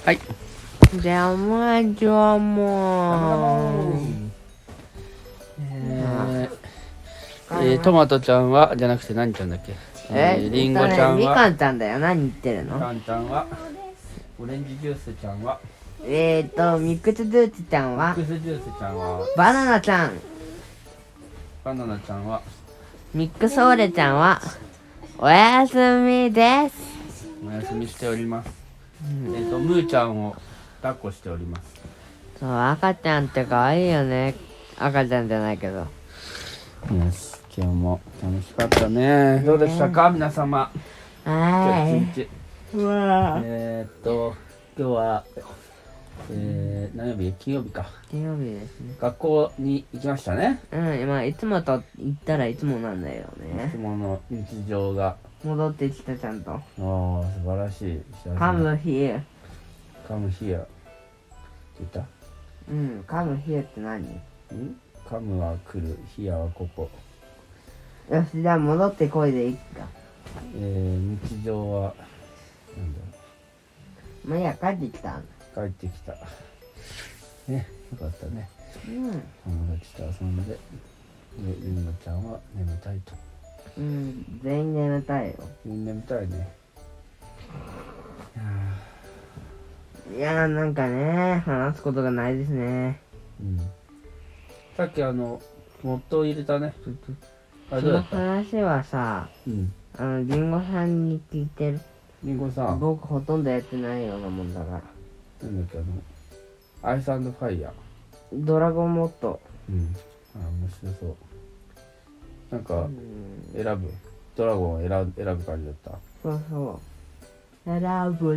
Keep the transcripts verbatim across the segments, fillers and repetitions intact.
はい。 じゃあまあじゃあもうえーえー、トマトちゃんはじゃなくて何ちゃんだっけ？ えー、リンゴちゃんは、 みかんちゃんだよ。何言ってるの？ カンちゃんは、オレンジジュースちゃんは、 えーとミックスジュースちゃんは、 ミックスジュースちゃんは、 バナナちゃん、 バナナちゃんは、 ミックスオレちゃんはおやすみです。 お休みしております。うん、えーとムーちゃんを抱っこしております。 そう、赤ちゃんって可愛いよね。赤ちゃんじゃないけど。 よし、今日も楽しかったね。どうでしたか、皆様。 は今日一日。 い。うわえー、っと今日は、えー、何曜日？金曜日か。 金曜日ですね。 学校に行きましたね。 うん、まあいつもと言ったらいつもなんだよいね。 つもの日常が戻ってきたちゃんと。 ああ素晴らしい。 Come here。 Come here って言った？ うん、Come here って何？ ん？Come は来る、here はここ。 よし、じゃあ戻ってこいでいいか。 えー、日常はなんだろう。まあいや、帰ってきた。 帰ってきた。ね、よかったね。 うん。 友達と遊んで、で、りんごちゃんは眠たいと。 うん、全員眠たいよ。 全員眠たいね。 いやーなんかね、話すことがないですね。 うん。さっきあの、モットを入れたね。あれそのどうやった？ 話はさ、 うん。 あの、りんごさんに聞いてる。 りんごさん。 僕ほとんどやってないようなもんだから。 なんだっけ、あの、アイス&ファイヤー。 ドラゴンモット。 うん。あ、面白そう。なんか、 うん、 選ぶ。ドラゴンを選ぶ、選ぶ感じだった。 そうそう。選ぶって。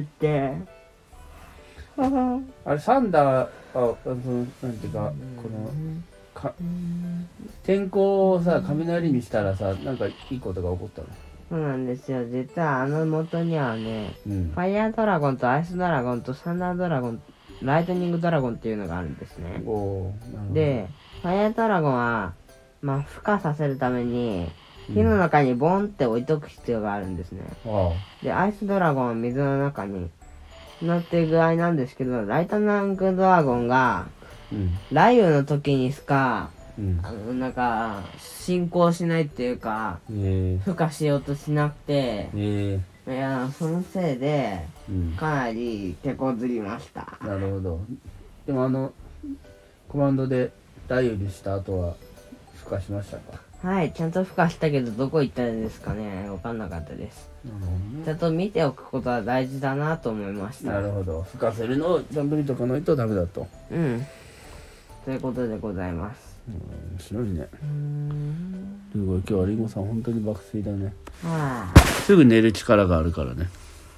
あれ、サンダー、あ、あの、なんていうか、この、か、天候をさ、雷にしたらさ、なんかいいことが起こったの？ そうなんですよ。実はあの元にはね、 うん、 ファイヤードラゴンとアイスドラゴンとサンダードラゴン、ライトニングドラゴンっていうのがあるんですね。 おー、なるほど。 で、ファイヤードラゴンは、まあ、孵化させるために、火の中にボンって置いとく必要があるんですね。 うん、 で、アイスドラゴンは水の中になってるぐらいなんですけど、ライトニングドラゴンが、 うん、 雷雨の時にしか、 うん、 あの、なんか、進行しないっていうか、 え孵化しようとしなくて、 ー、えいや、そのせいで、 ー、うん、 かなり手こずりました。 なるほど。でもあの、コマンドで雷雨にした後は、孵化しましたか？ はい、ちゃんと孵化したけど、どこ行ったんですかね。わかんなかったです。 なるほどね。 ちゃんと見ておくことは大事だなと思いました。 なるほど。孵化するのをちゃんと見とかないとダメだと。 うん。ということでございます。 うん、面白いね。 うーん。 すごい、今日はりんごさん本当に爆睡だね。 はあ。 すぐ寝る力があるからね。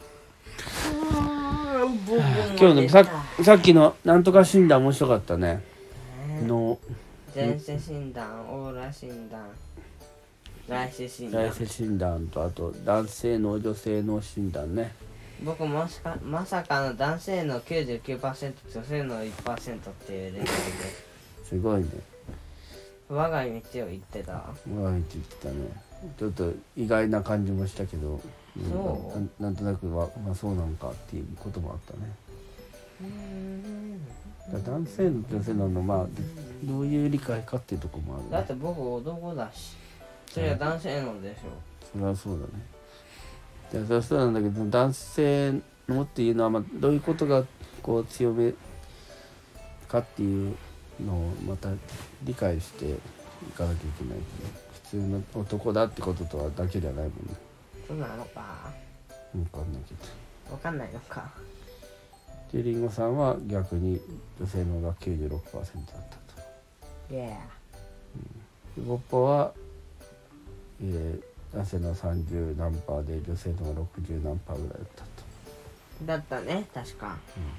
今日のささっきのなんとか診断面白かったね。の前世診断、オーラ診断、来世診断。 来世診断とあと男性の女性の診断ね。 僕もしかまさかの男性の きゅうじゅうきゅうパーセント 女性の いちパーセント っていうレベルですごいね。 我が道を言ってた。 我が道言ってたね。ちょっと意外な感じもしたけど、 そうな, なんとなくは、まあ、そうなんかっていうこともあったね。 うーんだ男性の女性ののまあどういう理解かっていうところもあるね。 だって僕男だし、それは男性のでしょ。 それはそうだね。じゃあそれはそうなんだけど、男性のっていうのはまあどういうことがこう強めかっていうのをまた理解していかなきゃいけない、ね。普通の男だってこととはだけではないもんね。 そうなのか。 わかんないけど。 わかんないのか。 でりんごさんは逆に女性の方が きゅうじゅうろくパーセント だったと。 イエでボッポは、えー、男性のさんじゅう何パーで女性のろくじゅう何パーぐらいだったと。 ーだったね、確か。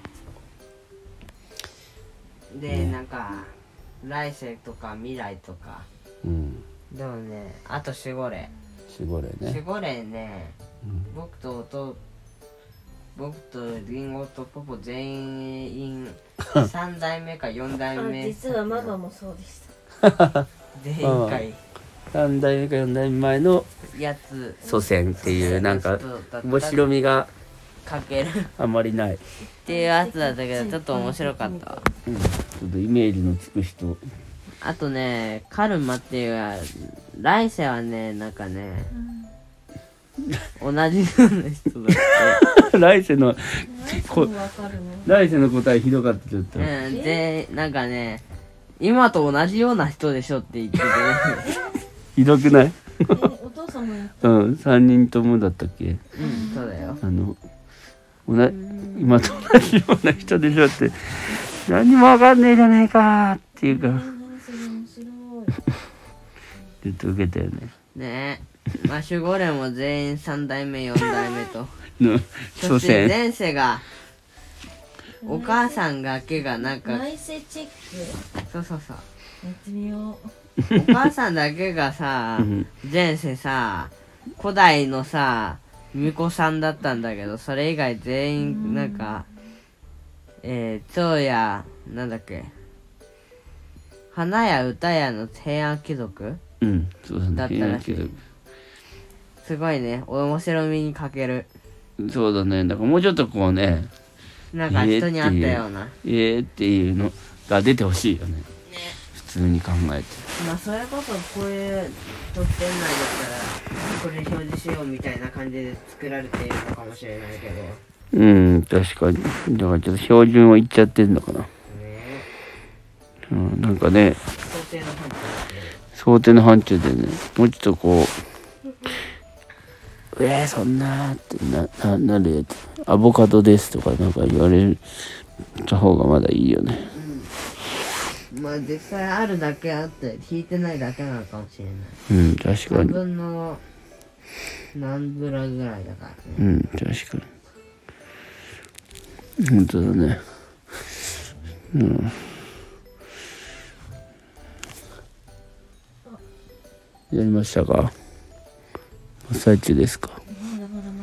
うん、で、ね、なんか来世とか未来とか。うん。でもね、あと守護霊。 守護霊ね。 守護霊ね、うん、僕と弟僕とリンゴとポポ全員さん代目かよん代目実はママもそうでした全員かいさん代目かよん代目前のやつ祖先っていうなんか面白みがかけるっあんまりない、 ていうやつだったけどちょっと面白かったわ。 うん、ちょっとイメージのつく人。 あとねカルマっていう来世はねなんかね同じような人だっ来世のこ何わかるの？ 来世の答えひどかったちょっと、 て、うん、でなんかね今と同じような人でしょって言ってて、ね、 ひどくない？ え、お父さんもやっうんさんにんともだったっけ？ うんそうだよ。 あのおな今と同じような人でしょって何もわかんねえじゃねえかっていうか何それ面白い。 ちょっと受けたよねねえまあ守護霊も全員さん代目よん代目との祖そして先前世がお母さんだけがなんか内世チェックそうそうそうやってみよお母さんだけがさうん前世さ古代のさ巫女さんだったんだけどそれ以外全員なんかえー、蝶やなんだっけ花や歌やの平安貴族うんそうだねだったらしい平安貴すごいね面白みに欠ける族そうだねだからもうちょっとこうねなんか人にあったような、 ええっていうのが出てほしいよね普通に考えてまあそれこそこういう特典内だったらこれ表示しようみたいな感じで作られているのかもしれないけどねうん確かにだからちょっと標準を言っちゃってんのかな、 えうん、なんかね想定の範疇想定の範疇でねもうちょっとこうえー、そんなーってな、な、なるやつアボカドですとかなんか言われた方がまだいいよねうんまあ実際あるだけあって引いてないだけなのかもしれないうん確かさんにぶんの何グラぐらいだからねうん確かに本当だねうんやりましたか真っ最中ですかまだまだまだ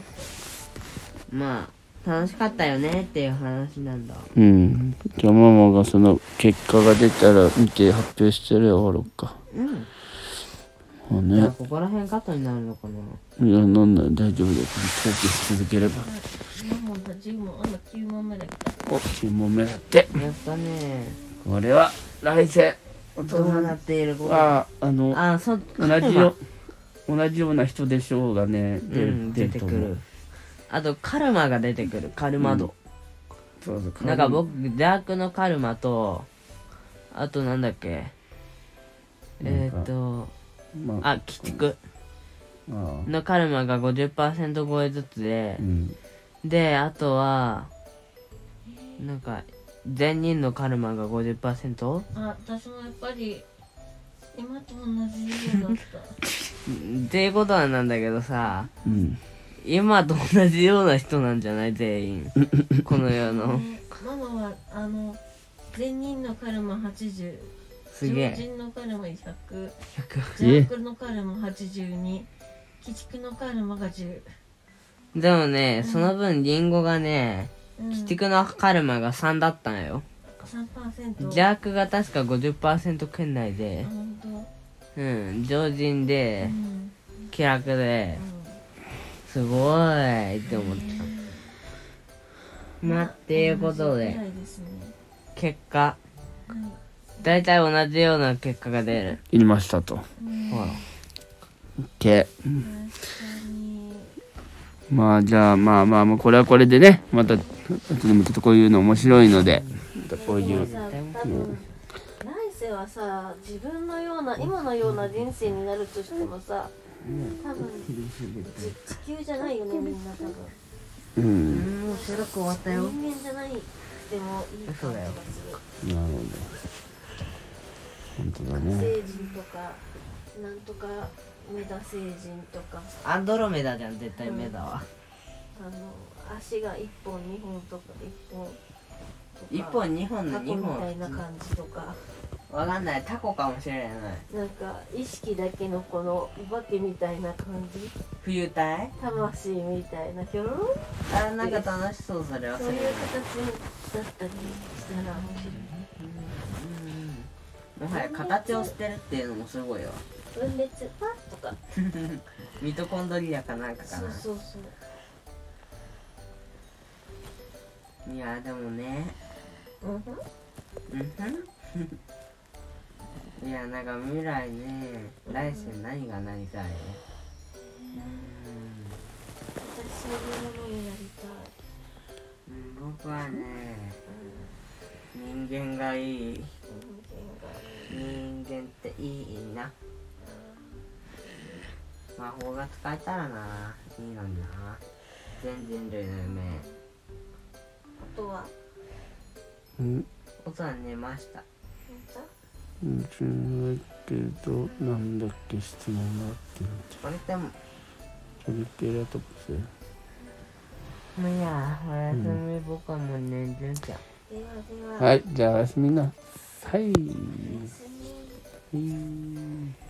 まあ楽しかったよねっていう話なんだうんじゃあママがその結果が出たら見て発表してるよ終わろうかうんもうじゃあねここら辺カットになるのかないやなんだ大丈夫だよ長期し続ければ何問だじゅう問あんなきゅう問目だけおきゅう問目だってやったねこれは来世どうなっている子ああのあそ同じよ同じような人でしょうがねうん出てくるあとカルマが出てくるカルマ度、 そうそうなんか僕ダークのカルマとあとなんだっけえー、っとまああ鬼畜ああのカルマが ごじゅっパーセント 超えずつでう、んであとはなんか善人のカルマが ごじゅっパーセント? あ、私もやっぱり今と同じようだったっていうことはなんだけどさうん今と同じような人なんじゃない全員この世のねママはあの善人のカルマはちじゅうすげえ常人のカルマひゃくひゃく邪悪のカルマはちじゅうに鬼畜のカルマがじゅうでもね、その分リンゴがねうん鬼畜のカルマがさんだったのよさんパーセント邪悪が確か ごじゅっパーセント 圏内であ、本当。 うん常人でうん気楽ですごいって思ったまあっていうことで同じぐらいですね結果はいだいたい同じような結果が出るいりましたとうんほら OK 確かにまあじゃあまあまあまあこれはこれでねまた後でもちょっとこういうの面白いのでまたこういうでもさ多分来世はさ自分のような今のような人生になるとしてもさ多分じ地球じゃないよねみんな多分ううんんもう収録終わったよ人間じゃないでもいい感じがするなるほど本当だね星人とかなんとかメダ星人とかアンドロメダじゃん絶対メダはあの足がいっぽんにほんとかいっぽんとかいっぽんにほんの2 タコみた本いな感じとかわかんないタコかもしれないなんか意識だけのこのお化けみたいな感じ冬体魂みたいなひょろろあなんか楽しそうそれはそういう形だったりしたら面白いもはや形を捨てるっていうのもすごいわ分裂パッとかミトコンドリアかなんかかそうなそうそういやでもねうんふんうんふんいやなんか未来ね来世何がなりたい？ 私そういうものになりたい。 うん僕はね人間がいい。人間っていいな。魔法が使えたらないいのにな。全人類の夢。 あとはうんお父さん寝ました。 本うちないけどなんだっけ質問があってこれってもトリケラトプスもういいやおやすみ、僕はもう寝るじゃん。 当ではでは、 はいじゃあおやすみなはいおやすみ。 はい